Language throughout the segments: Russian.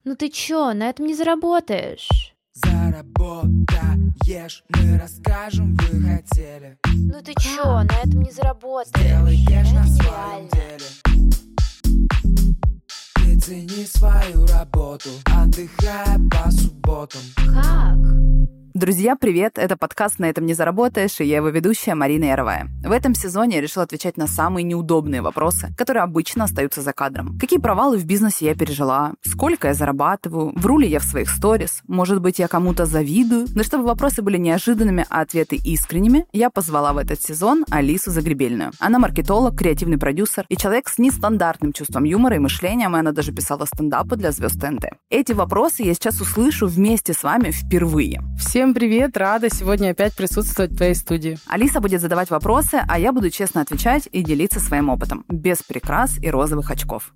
Ну ты чё, на этом не заработаешь? Заработаешь, мы расскажем, вы хотели. Ну ты чё, на этом не заработаешь? Сделай кэш Это на нереально. своем деле. Ты цени свою работу, отдыхая по субботам. Как? Друзья, привет! Это подкаст «На этом не заработаешь», и я его ведущая Марина Яровая. В этом сезоне я решила отвечать на самые неудобные вопросы, которые обычно остаются за кадром. Какие провалы в бизнесе я пережила? Сколько я зарабатываю? Вру ли я в своих сторис? Может быть, я кому-то завидую? Но чтобы вопросы были неожиданными, а ответы искренними, я позвала в этот сезон Алису Загребельную. Она маркетолог, креативный продюсер и человек с нестандартным чувством юмора и мышлением, и она даже писала стендапы для звезд ТНТ. Эти вопросы я сейчас услышу вместе с вами впервые. Всем привет, рада сегодня опять присутствовать в твоей студии. Алиса будет задавать вопросы, а я буду честно отвечать и делиться своим опытом, без прикрас и розовых очков.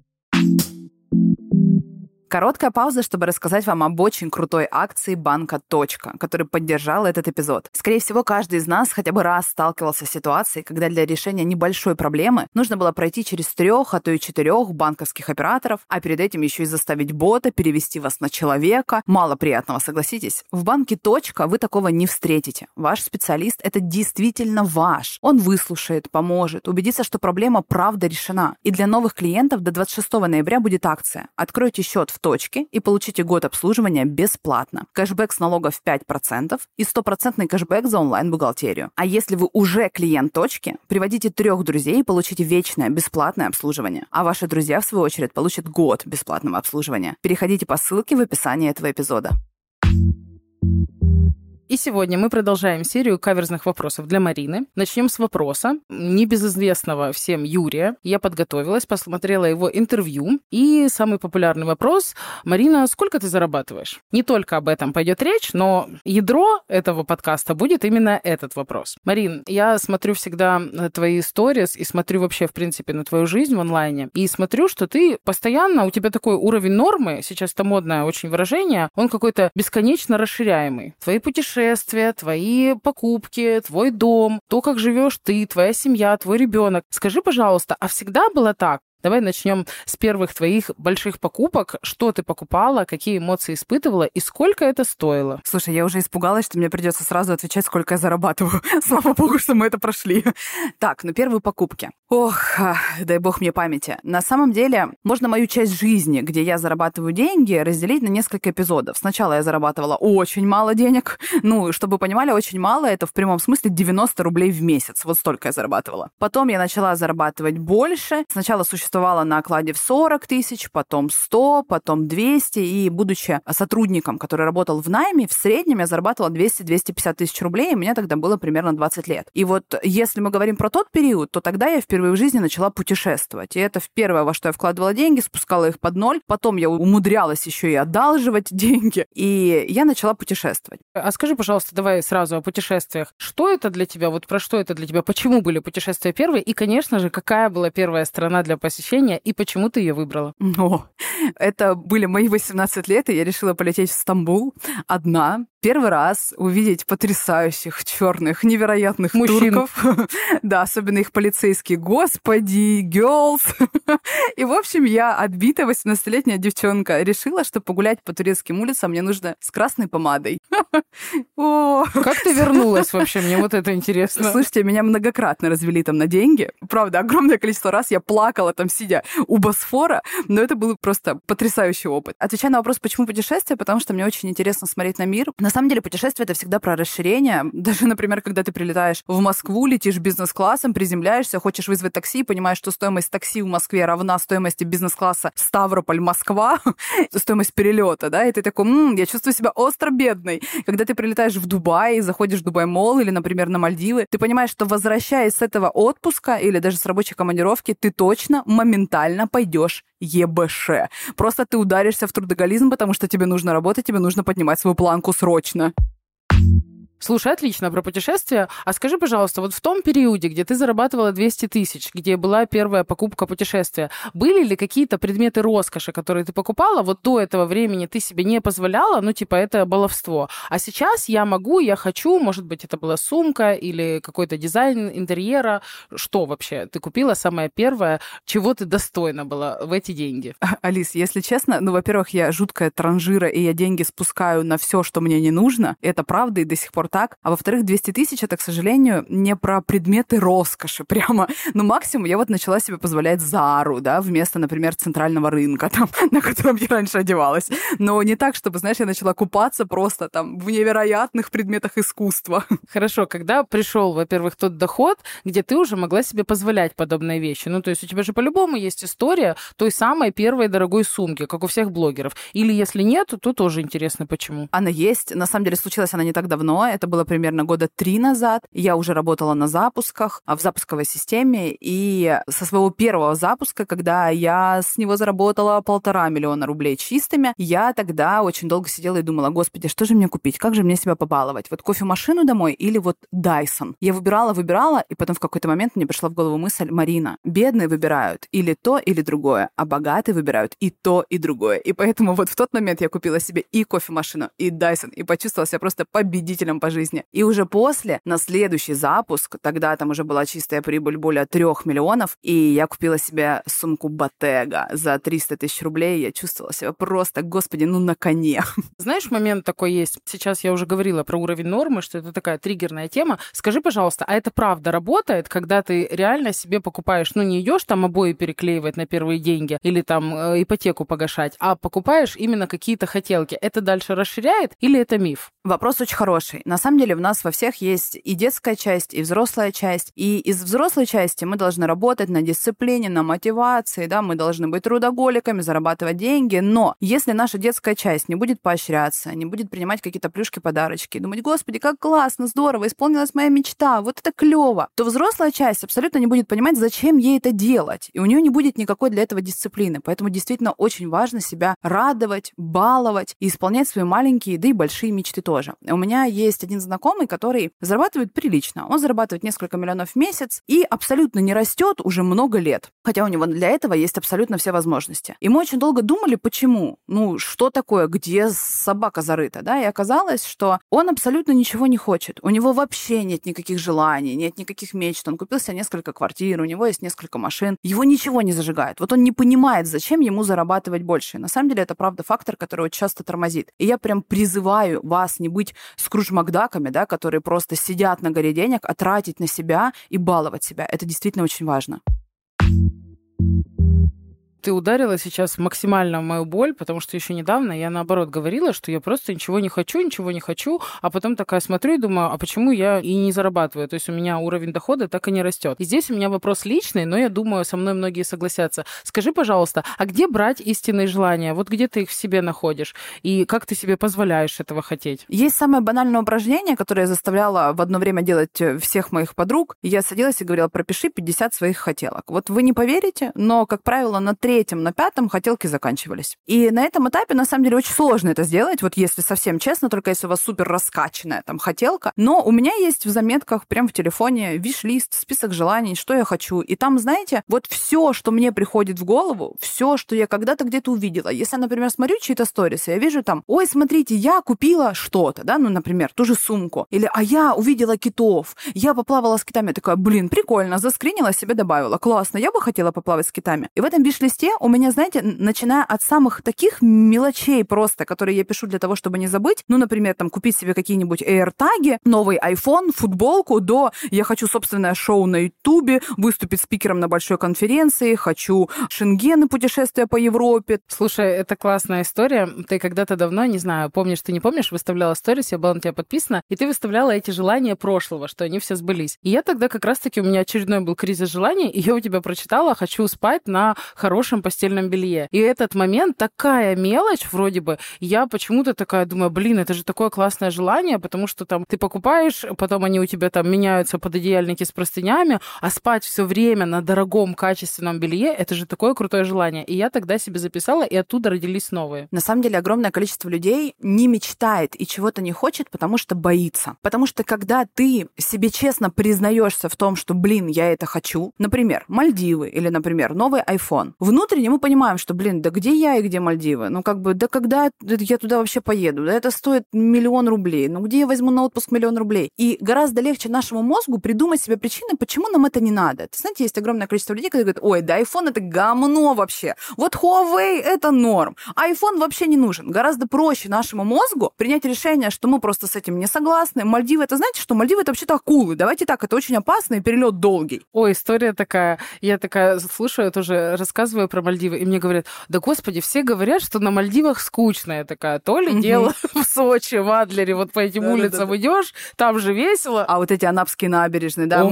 Короткая пауза, чтобы рассказать вам об очень крутой акции банка «Точка», который поддержал этот эпизод. Скорее всего, каждый из нас хотя бы раз сталкивался с ситуацией, когда для решения небольшой проблемы нужно было пройти через 3, а то и 4 банковских операторов, а перед этим еще и заставить бота перевести вас на человека. Мало приятного, согласитесь? В банке «Точка» вы такого не встретите. Ваш специалист — это действительно ваш. Он выслушает, поможет, убедится, что проблема правда решена. И для новых клиентов до 26 ноября будет акция. Откройте счет в «Точке» и получите год обслуживания бесплатно. Кэшбэк с налогов 5% и 100% кэшбэк за онлайн-бухгалтерию. А если вы уже клиент «Точки», приводите 3 друзей и получите вечное бесплатное обслуживание. А ваши друзья, в свою очередь, получат год бесплатного обслуживания. Переходите по ссылке в описании этого эпизода. И сегодня мы продолжаем серию каверзных вопросов для Марины. Начнем с вопроса небезызвестного всем Юрия. Я подготовилась, посмотрела его интервью. И самый популярный вопрос. Марина, сколько ты зарабатываешь? Не только об этом пойдет речь, но ядро этого подкаста будет именно этот вопрос. Марин, я смотрю всегда твои сторис и смотрю вообще, в принципе, на твою жизнь в онлайне. И смотрю, что ты постоянно, у тебя такой уровень нормы, сейчас это модное очень выражение, он какой-то бесконечно расширяемый. Твои путешествия, твои покупки, твой дом, то, как живешь ты, твоя семья, твой ребенок. Скажи, пожалуйста, а всегда было так? Давай начнем с первых твоих больших покупок. Что ты покупала, какие эмоции испытывала и сколько это стоило? Слушай, я уже испугалась, что мне придется сразу отвечать, сколько я зарабатываю. Слава богу, что мы это прошли. Так, первые покупки. Ох, дай бог мне памяти. На самом деле, можно мою часть жизни, где я зарабатываю деньги, разделить на несколько эпизодов. Сначала я зарабатывала очень мало денег. Чтобы вы понимали, очень мало, это в прямом смысле 90 рублей в месяц. Вот столько я зарабатывала. Потом я начала зарабатывать больше. Сначала существовала на окладе в 40 тысяч, потом 100, потом 200. И будучи сотрудником, который работал в найме, в среднем я зарабатывала 200-250 тысяч рублей, и мне тогда было примерно 20 лет. И вот если мы говорим про тот период, то тогда я впервые в жизни начала путешествовать. И это первое, во что я вкладывала деньги, спускала их под ноль. Потом я умудрялась еще и одалживать деньги. И я начала путешествовать. А скажи, пожалуйста, давай сразу о путешествиях. Что это для тебя? Вот про что это для тебя? Почему были путешествия первые? И, конечно же, какая была первая страна для посещения и почему ты ее выбрала? Это были мои 18 лет, и я решила полететь в Стамбул одна. Первый раз увидеть потрясающих, черных, невероятных мужчин. Турков. Да, особенно их полицейские. Господи, girls. И, в общем, я, отбитая 18-летняя девчонка, решила, что погулять по турецким улицам мне нужно с красной помадой. Как ты вернулась вообще? Мне вот это интересно. Слушайте, меня многократно развели там на деньги. Правда, огромное количество раз я плакала там, сидя у Босфора, но это был просто потрясающий опыт. Отвечая на вопрос, почему путешествия, потому что мне очень интересно смотреть на мир. На самом деле, путешествие — это всегда про расширение. Даже, например, когда ты прилетаешь в Москву, летишь бизнес-классом, приземляешься, хочешь вызвать такси, понимаешь, что стоимость такси в Москве равна стоимости бизнес-класса Ставрополь-Москва, стоимость перелета, да, и ты такой, я чувствую себя остро бедной. Когда ты прилетаешь в Дубай, заходишь в Дубай-молл или, например, на Мальдивы, ты понимаешь, что, возвращаясь с этого отпуска или даже с рабочей командировки, ты точно моментально пойдешь ЕБШ. Просто ты ударишься в трудоголизм, потому что тебе нужно работать, тебе нужно поднимать свою планку срочно. Слушай, отлично про путешествия. А скажи, пожалуйста, вот в том периоде, где ты зарабатывала 200 тысяч, где была первая покупка путешествия, были ли какие-то предметы роскоши, которые ты покупала, вот до этого времени ты себе не позволяла, ну, типа, это баловство. А сейчас я могу, я хочу, может быть, это была сумка или какой-то дизайн интерьера. Что вообще ты купила самое первое, чего ты достойна была в эти деньги? Алис, если честно, ну, во-первых, я жуткая транжира, и я деньги спускаю на все, что мне не нужно. Это правда, и до сих пор так. А во-вторых, 200 тысяч — это, к сожалению, не про предметы роскоши прямо. Ну, максимум я вот начала себе позволять Зару, да, вместо, например, центрального рынка, там, на котором я раньше одевалась. Но не так, чтобы, знаешь, я начала купаться просто там в невероятных предметах искусства. Хорошо, когда пришел, во-первых, тот доход, где ты уже могла себе позволять подобные вещи? Ну, то есть у тебя же по-любому есть история той самой первой дорогой сумки, как у всех блогеров. Или если нет, то тоже интересно, почему. Она есть. На самом деле, случилась она не так давно. Это было примерно года 3 назад. Я уже работала на запусках, в запусковой системе. И со своего первого запуска, когда я с него заработала 1,5 миллиона рублей чистыми, я тогда очень долго сидела и думала: господи, что же мне купить? Как же мне себя побаловать? Вот кофемашину домой или вот Dyson? Я выбирала, и потом в какой-то момент мне пришла в голову мысль: Марина, бедные выбирают или то, или другое, а богатые выбирают и то, и другое. И поэтому вот в тот момент я купила себе и кофемашину, и Dyson, и почувствовала себя просто победителем по жизни. И уже после, на следующий запуск, тогда там уже была чистая прибыль более 3 миллионов, и я купила себе сумку Bottega за 300 тысяч рублей. Я чувствовала себя просто, господи, ну на коне. Знаешь, момент такой есть. Сейчас я уже говорила про уровень нормы, что это такая триггерная тема. Скажи, пожалуйста, а это правда работает, когда ты реально себе покупаешь, ну не идешь там обои переклеивать на первые деньги или там ипотеку погашать, а покупаешь именно какие-то хотелки? Это дальше расширяет или это миф? Вопрос очень хороший. На самом деле у нас во всех есть и детская часть, и взрослая часть. И из взрослой части мы должны работать на дисциплине, на мотивации, да, мы должны быть трудоголиками, зарабатывать деньги. Но если наша детская часть не будет поощряться, не будет принимать какие-то плюшки, подарочки, думать: господи, как классно, здорово, исполнилась моя мечта, вот это клево, то взрослая часть абсолютно не будет понимать, зачем ей это делать. И у нее не будет никакой для этого дисциплины. Поэтому действительно очень важно себя радовать, баловать и исполнять свои маленькие, да и большие мечты тоже. У меня есть один знакомый, который зарабатывает прилично. Он зарабатывает несколько миллионов в месяц и абсолютно не растет уже много лет. Хотя у него для этого есть абсолютно все возможности. И мы очень долго думали, почему. Ну, что такое, где собака зарыта, да? И оказалось, что он абсолютно ничего не хочет. У него вообще нет никаких желаний, нет никаких мечт. Он купил себе несколько квартир, у него есть несколько машин. Его ничего не зажигает. Вот он не понимает, зачем ему зарабатывать больше. На самом деле это, правда, фактор, который очень часто тормозит. И я прям призываю вас не быть Скрудж-Макдаками, да, которые просто сидят на горе денег, а тратить на себя и баловать себя. Это действительно очень важно. Ты ударила сейчас максимально в мою боль, потому что еще недавно я, наоборот, говорила, что я просто ничего не хочу, а потом такая смотрю и думаю: а почему я и не зарабатываю? То есть у меня уровень дохода так и не растет. И здесь у меня вопрос личный, но я думаю, со мной многие согласятся. Скажи, пожалуйста, а где брать истинные желания? Вот где ты их в себе находишь? И как ты себе позволяешь этого хотеть? Есть самое банальное упражнение, которое я заставляла в одно время делать всех моих подруг. Я садилась и говорила: пропиши 50 своих хотелок. Вот вы не поверите, но, как правило, на 3-м, на 5-м хотелки заканчивались. И на этом этапе, на самом деле, очень сложно это сделать, вот если совсем честно, только если у вас супер раскачанная там хотелка. Но у меня есть в заметках, прям в телефоне, виш-лист, список желаний, что я хочу. И там, знаете, вот все, что мне приходит в голову, все, что я когда-то где-то увидела. Если я, например, смотрю чьи-то сторисы, я вижу там: ой, смотрите, я купила что-то, да, ну, например, ту же сумку. Или: а я увидела китов, я поплавала с китами. Я такая: блин, прикольно, заскринила, себе добавила. Классно, я бы хотела поплавать с китами. И в этом виш-листе у меня, знаете, начиная от самых таких мелочей просто, которые я пишу для того, чтобы не забыть, ну, например, там, купить себе какие-нибудь AirTag, новый iPhone, футболку, до я хочу собственное шоу на Ютубе, выступить спикером на большой конференции, хочу Шенген и путешествия по Европе. Слушай, это классная история. Ты когда-то давно, не знаю, помнишь, ты не помнишь, выставляла сторис, я была на тебя подписана, и ты выставляла эти желания прошлого, что они все сбылись. И я тогда как раз-таки, у меня очередной был кризис желаний, и я у тебя прочитала: хочу спать на хорошем хорошем постельном белье. И этот момент, такая мелочь вроде бы, я почему-то такая думаю, блин, это же такое классное желание, потому что там ты покупаешь, потом они у тебя там меняются пододеяльники с простынями, а спать все время на дорогом качественном белье, это же такое крутое желание. И я тогда себе записала, и оттуда родились новые. На самом деле огромное количество людей не мечтает и чего-то не хочет, потому что боится. Потому что когда ты себе честно признаешься в том, что, блин, я это хочу, например, Мальдивы или, например, новый iPhone, внутренне мы понимаем, что, блин, да где я и где Мальдивы? Ну, как бы, да когда я туда вообще поеду? Да это стоит 1 000 000 рублей. Ну, где я возьму на отпуск 1 000 000 рублей? И гораздо легче нашему мозгу придумать себе причины, почему нам это не надо. Ты знаете, есть огромное количество людей, которые говорят, ой, да iPhone это говно вообще. Вот Huawei это норм. iPhone вообще не нужен. Гораздо проще нашему мозгу принять решение, что мы просто с этим не согласны. Мальдивы, это знаете что? Мальдивы это вообще-то акулы. Давайте так, это очень опасно и перелет долгий. Ой, история такая. Я такая слушаю, тоже рассказываю про Мальдивы, и мне говорят, да господи, все говорят, что на Мальдивах скучно. Я такая, то ли дело в Сочи, в Адлере, вот по этим улицам идешь, там же весело. А вот эти анапские набережные, да,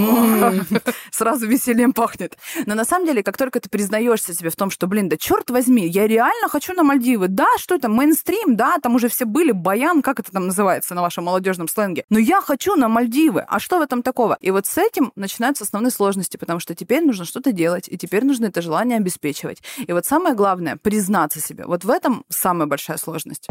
сразу весельем пахнет. Но на самом деле, как только ты признаешься себе в том, что, блин, да черт возьми, я реально хочу на Мальдивы. Да, что это, мейнстрим, да, там уже все были, баян, как это там называется на вашем молодежном сленге. Но я хочу на Мальдивы. А что в этом такого? И вот с этим начинаются основные сложности, потому что теперь нужно что-то делать, и теперь нужно это желание обеспечивать. И вот самое главное — признаться себе. Вот в этом самая большая сложность.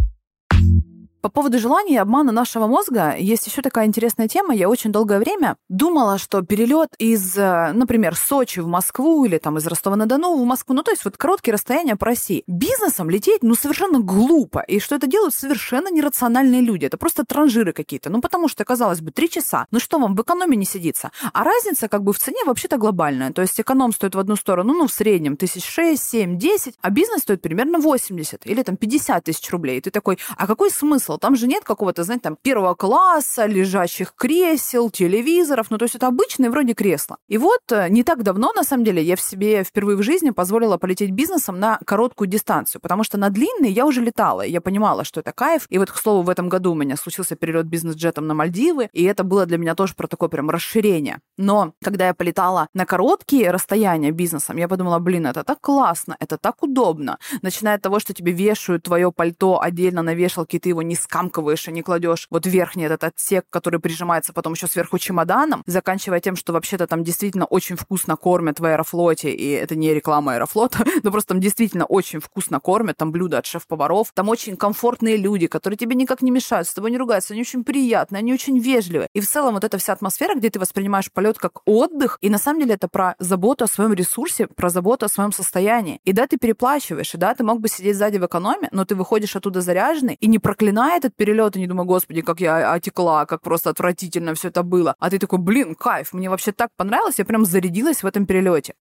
По поводу желания и обмана нашего мозга есть еще такая интересная тема. Я очень долгое время думала, что перелет из, например, Сочи в Москву или там из Ростова-на-Дону в Москву, ну то есть вот короткие расстояния по России, бизнесом лететь, ну совершенно глупо. И что это делают совершенно нерациональные люди. Это просто транжиры какие-то. Ну потому что, казалось бы, 3 часа. Ну что вам в экономе не сидится? А разница как бы в цене вообще-то глобальная. То есть эконом стоит в одну сторону, ну в среднем 6 7 10, а бизнес стоит примерно 80 или там 50 тысяч рублей. И ты такой, а какой смысл? Там же нет какого-то, знаете, там первого класса, лежащих кресел, телевизоров. Ну, то есть это обычные вроде кресла. И вот не так давно, на самом деле, я в себе впервые в жизни позволила полететь бизнесом на короткую дистанцию, потому что на длинные я уже летала, и я понимала, что это кайф. И вот, к слову, в этом году у меня случился перелет бизнес-джетом на Мальдивы, и это было для меня тоже про такое прям расширение. Но когда я полетала на короткие расстояния бизнесом, я подумала, блин, это так классно, это так удобно. Начиная от того, что тебе вешают твое пальто отдельно на вешалке, и ты его не скамкиваешь, и не кладешь вот верхний этот отсек, который прижимается потом еще сверху чемоданом, заканчивая тем, что вообще-то там действительно очень вкусно кормят в Аэрофлоте, и это не реклама Аэрофлота, но просто там действительно очень вкусно кормят, там блюда от шеф-поваров, там очень комфортные люди, которые тебе никак не мешают, с тобой не ругаются, они очень приятные, они очень вежливые. И в целом вот эта вся атмосфера, где ты воспринимаешь полет как отдых, и на самом деле это про заботу о своем ресурсе, про заботу о своем состоянии. И да, ты переплачиваешь, и да, ты мог бы сидеть сзади в экономе, но ты выходишь оттуда заряженный и не проклиная этот перелет, и не думаю, господи, как я отекла, как просто отвратительно все это было. А ты такой, блин, кайф, мне вообще так понравилось, я прям зарядилась в этом перелете.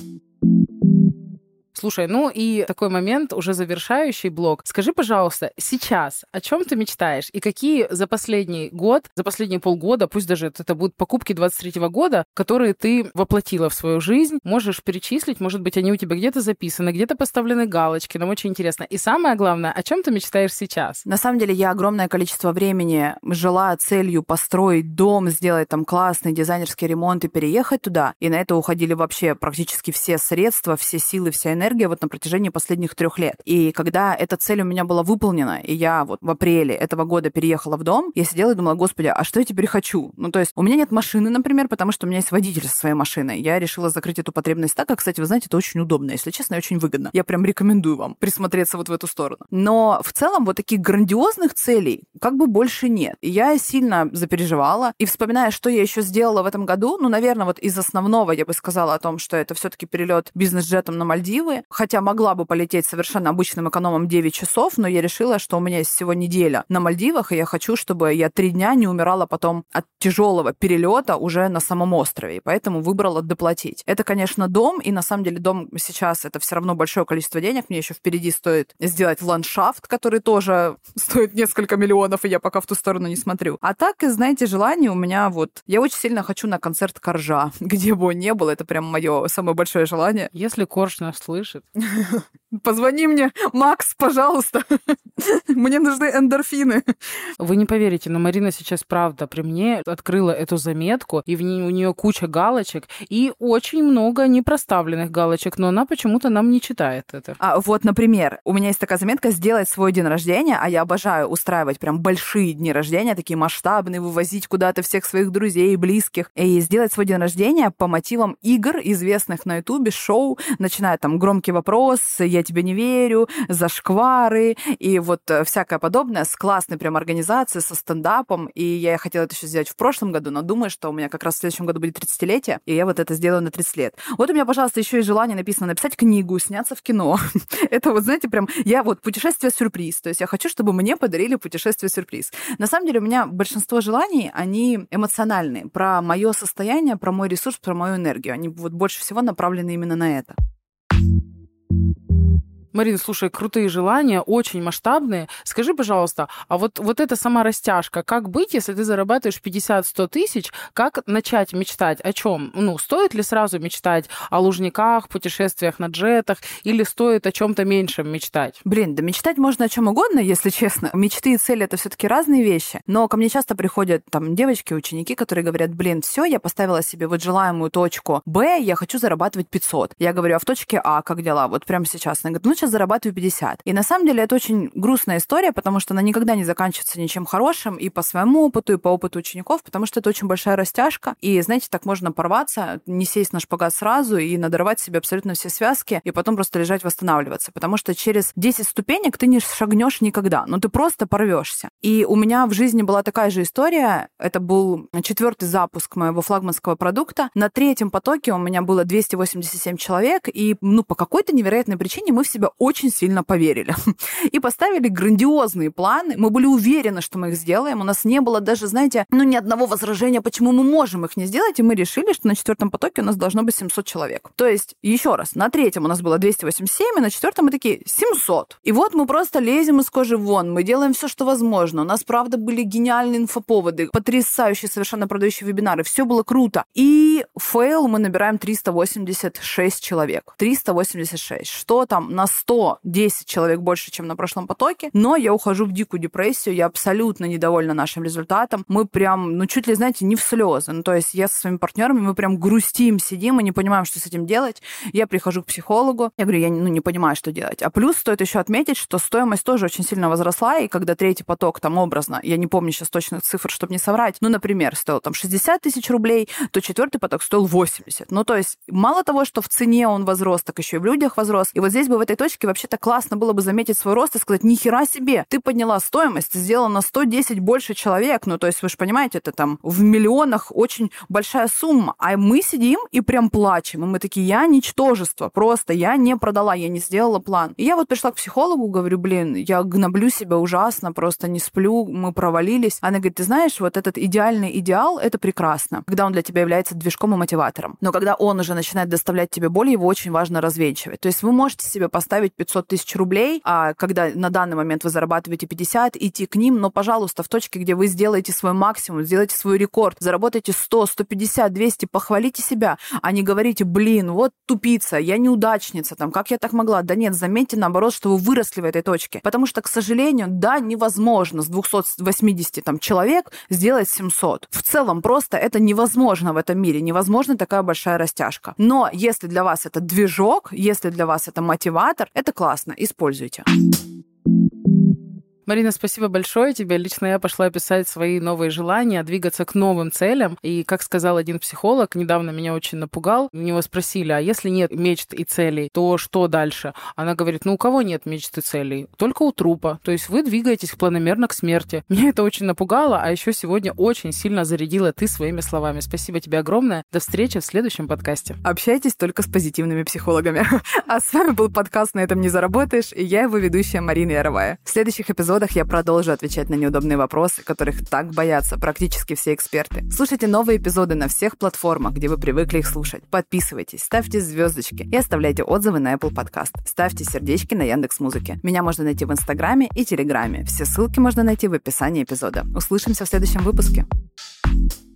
Слушай, ну и такой момент, уже завершающий блог. Скажи, пожалуйста, сейчас о чем ты мечтаешь? И какие за последний год, за последние полгода, пусть даже это будут покупки 23-го года, которые ты воплотила в свою жизнь, можешь перечислить? Может быть, они у тебя где-то записаны, где-то поставлены галочки. Нам очень интересно. И самое главное, о чем ты мечтаешь сейчас? На самом деле, я огромное количество времени жила целью построить дом, сделать там классный дизайнерский ремонт и переехать туда. И на это уходили вообще практически все средства, все силы, вся энергия вот на протяжении последних 3 лет. И когда эта цель у меня была выполнена, и я вот в апреле этого года переехала в дом, я сидела и думала, господи, а что я теперь хочу? Ну, то есть у меня нет машины, например, потому что у меня есть водитель со своей машиной. Я решила закрыть эту потребность так, как, кстати, вы знаете, это очень удобно, если честно, и очень выгодно. Я прям рекомендую вам присмотреться вот в эту сторону. Но в целом вот таких грандиозных целей как бы больше нет. И я сильно запереживала. И вспоминая, что я еще сделала в этом году, ну, наверное, вот из основного я бы сказала о том, что это все-таки перелет бизнес-джетом на Мальдивы, хотя могла бы полететь совершенно обычным экономом 9 часов, но я решила, что у меня есть всего неделя на Мальдивах, и я хочу, чтобы я 3 дня не умирала потом от тяжелого перелета уже на самом острове, и поэтому выбрала доплатить. Это, конечно, дом, и на самом деле дом сейчас это все равно большое количество денег, мне еще впереди стоит сделать ландшафт, который тоже стоит несколько миллионов, и я пока в ту сторону не смотрю. А так, знаете, желание у меня вот... Я очень сильно хочу на концерт Коржа, где бы он ни был, это прям мое самое большое желание. Если Корж нас слышит, Позвони мне, Макс, пожалуйста. Мне нужны эндорфины. Вы не поверите, но Марина сейчас, правда, при мне открыла эту заметку, и у нее куча галочек, и очень много непроставленных галочек, но она почему-то нам не читает это. Вот, например, у меня есть такая заметка «Сделать свой день рождения», а я обожаю устраивать прям большие дни рождения, такие масштабные, вывозить куда-то всех своих друзей и близких, и сделать свой день рождения по мотивам игр, известных на Ютубе, шоу, начиная там «Громкий вопрос», «Я тебе не верю», «Зашквары», и вот всякое подобное с классной прям организацией, со стендапом, и я хотела это еще сделать в прошлом году, но думаю, что у меня как раз в следующем году будет 30-летие, и я вот это сделаю на 30 лет. Вот у меня, пожалуйста, еще и желание написано написать книгу, сняться в кино. Это вот, знаете, прям я вот путешествие-сюрприз, то есть я хочу, чтобы мне подарили путешествие-сюрприз. На самом деле у меня большинство желаний, они эмоциональные, про мое состояние, про мой ресурс, про мою энергию. Они вот больше всего направлены именно на это. Марина, слушай, крутые желания, очень масштабные. Скажи, пожалуйста, а вот эта сама растяжка, как быть, если ты зарабатываешь 50-100 тысяч, как начать мечтать? О чем? Ну, стоит ли сразу мечтать о Лужниках, путешествиях на джетах, или стоит о чем-то меньшем мечтать? Блин, да мечтать можно о чем угодно, если честно. Мечты и цели — это все-таки разные вещи. Но ко мне часто приходят там девочки, ученики, которые говорят: блин, все, я поставила себе вот желаемую точку Б, я хочу зарабатывать 500. Я говорю: а в точке А как дела? Вот прямо сейчас. Она говорит: ну, сейчас зарабатываю 50. И на самом деле это очень грустная история, потому что она никогда не заканчивается ничем хорошим и по своему опыту, и по опыту учеников, потому что это очень большая растяжка. И, знаете, так можно порваться, не сесть на шпагат сразу и надорвать себе абсолютно все связки, и потом просто лежать, восстанавливаться. Потому что через 10 ступенек ты не шагнешь никогда, но ты просто порвешься. И у меня в жизни была такая же история. Это был 4-й запуск моего флагманского продукта. На 3-м потоке у меня было 287 человек, и, по какой-то невероятной причине мы в себя очень сильно поверили. И поставили грандиозные планы. Мы были уверены, что мы их сделаем. У нас не было даже, знаете, ни одного возражения, почему мы можем их не сделать. И мы решили, что на 4-м потоке у нас должно быть 700 человек. То есть, еще раз, на 3-м у нас было 287, и на 4-м мы такие 700. И вот мы просто лезем из кожи вон. Мы делаем все, что возможно. У нас, правда, были гениальные инфоповоды, потрясающие совершенно продающие вебинары. Все было круто. И фейл мы набираем 386 человек. 386. Что там? На 110 человек больше, чем на прошлом потоке, но я ухожу в дикую депрессию, я абсолютно недовольна нашим результатом. Мы прям, чуть ли, знаете, не в слезы. То есть я со своими партнерами, мы прям грустим, сидим и не понимаем, что с этим делать. Я прихожу к психологу, я говорю: я не понимаю, что делать. А плюс стоит еще отметить, что стоимость тоже очень сильно возросла, и когда 3-й поток, там образно, я не помню сейчас точных цифр, чтобы не соврать, например, стоил там 60 тысяч рублей, то 4-й поток стоил 80. То есть мало того, что в цене он возрос, так еще и в людях возрос. И вот здесь бы в этой точке вообще-то классно было бы заметить свой рост и сказать: нихера себе, ты подняла стоимость, сделала на 110 больше человек. То есть вы же понимаете, это там в миллионах очень большая сумма. А мы сидим и прям плачем. И мы такие: я ничтожество, просто я не продала, я не сделала план. И я вот пришла к психологу, говорю: блин, я гноблю себя ужасно, просто не сплю, мы провалились. Она говорит: ты знаешь, вот этот идеальный идеал, это прекрасно, когда он для тебя является движком и мотиватором. Но когда он уже начинает доставлять тебе боль, его очень важно развенчивать. То есть вы можете себе поставить 500 тысяч рублей, а когда на данный момент вы зарабатываете 50, идти к ним, но, пожалуйста, в точке, где вы сделаете свой максимум, сделаете свой рекорд, заработаете 100, 150, 200, похвалите себя, а не говорите: блин, вот тупица, я неудачница, как я так могла? Да нет, заметьте, наоборот, что вы выросли в этой точке. Потому что, к сожалению, да, невозможно с 280 человек сделать 700. В целом, просто это невозможно в этом мире, невозможна такая большая растяжка. Но если для вас это движок, если для вас это мотиватор, это классно, используйте. Марина, спасибо большое тебе. Лично я пошла писать свои новые желания, двигаться к новым целям. И, как сказал один психолог, недавно меня очень напугал. У него спросили: а если нет мечт и целей, то что дальше? Она говорит: у кого нет мечт и целей? Только у трупа. То есть вы двигаетесь планомерно к смерти. Меня это очень напугало, а еще сегодня очень сильно зарядила ты своими словами. Спасибо тебе огромное. До встречи в следующем подкасте. Общайтесь только с позитивными психологами. А с вами был подкаст «На этом не заработаешь», и я его ведущая Марина Яровая. В следующих эпизодах я продолжу отвечать на неудобные вопросы, которых так боятся практически все эксперты. Слушайте новые эпизоды на всех платформах, где вы привыкли их слушать. Подписывайтесь, ставьте звездочки и оставляйте отзывы на Apple Podcast. Ставьте сердечки на Яндекс.Музыке. Меня можно найти в Инстаграме и Телеграме. Все ссылки можно найти в описании эпизода. Услышимся в следующем выпуске.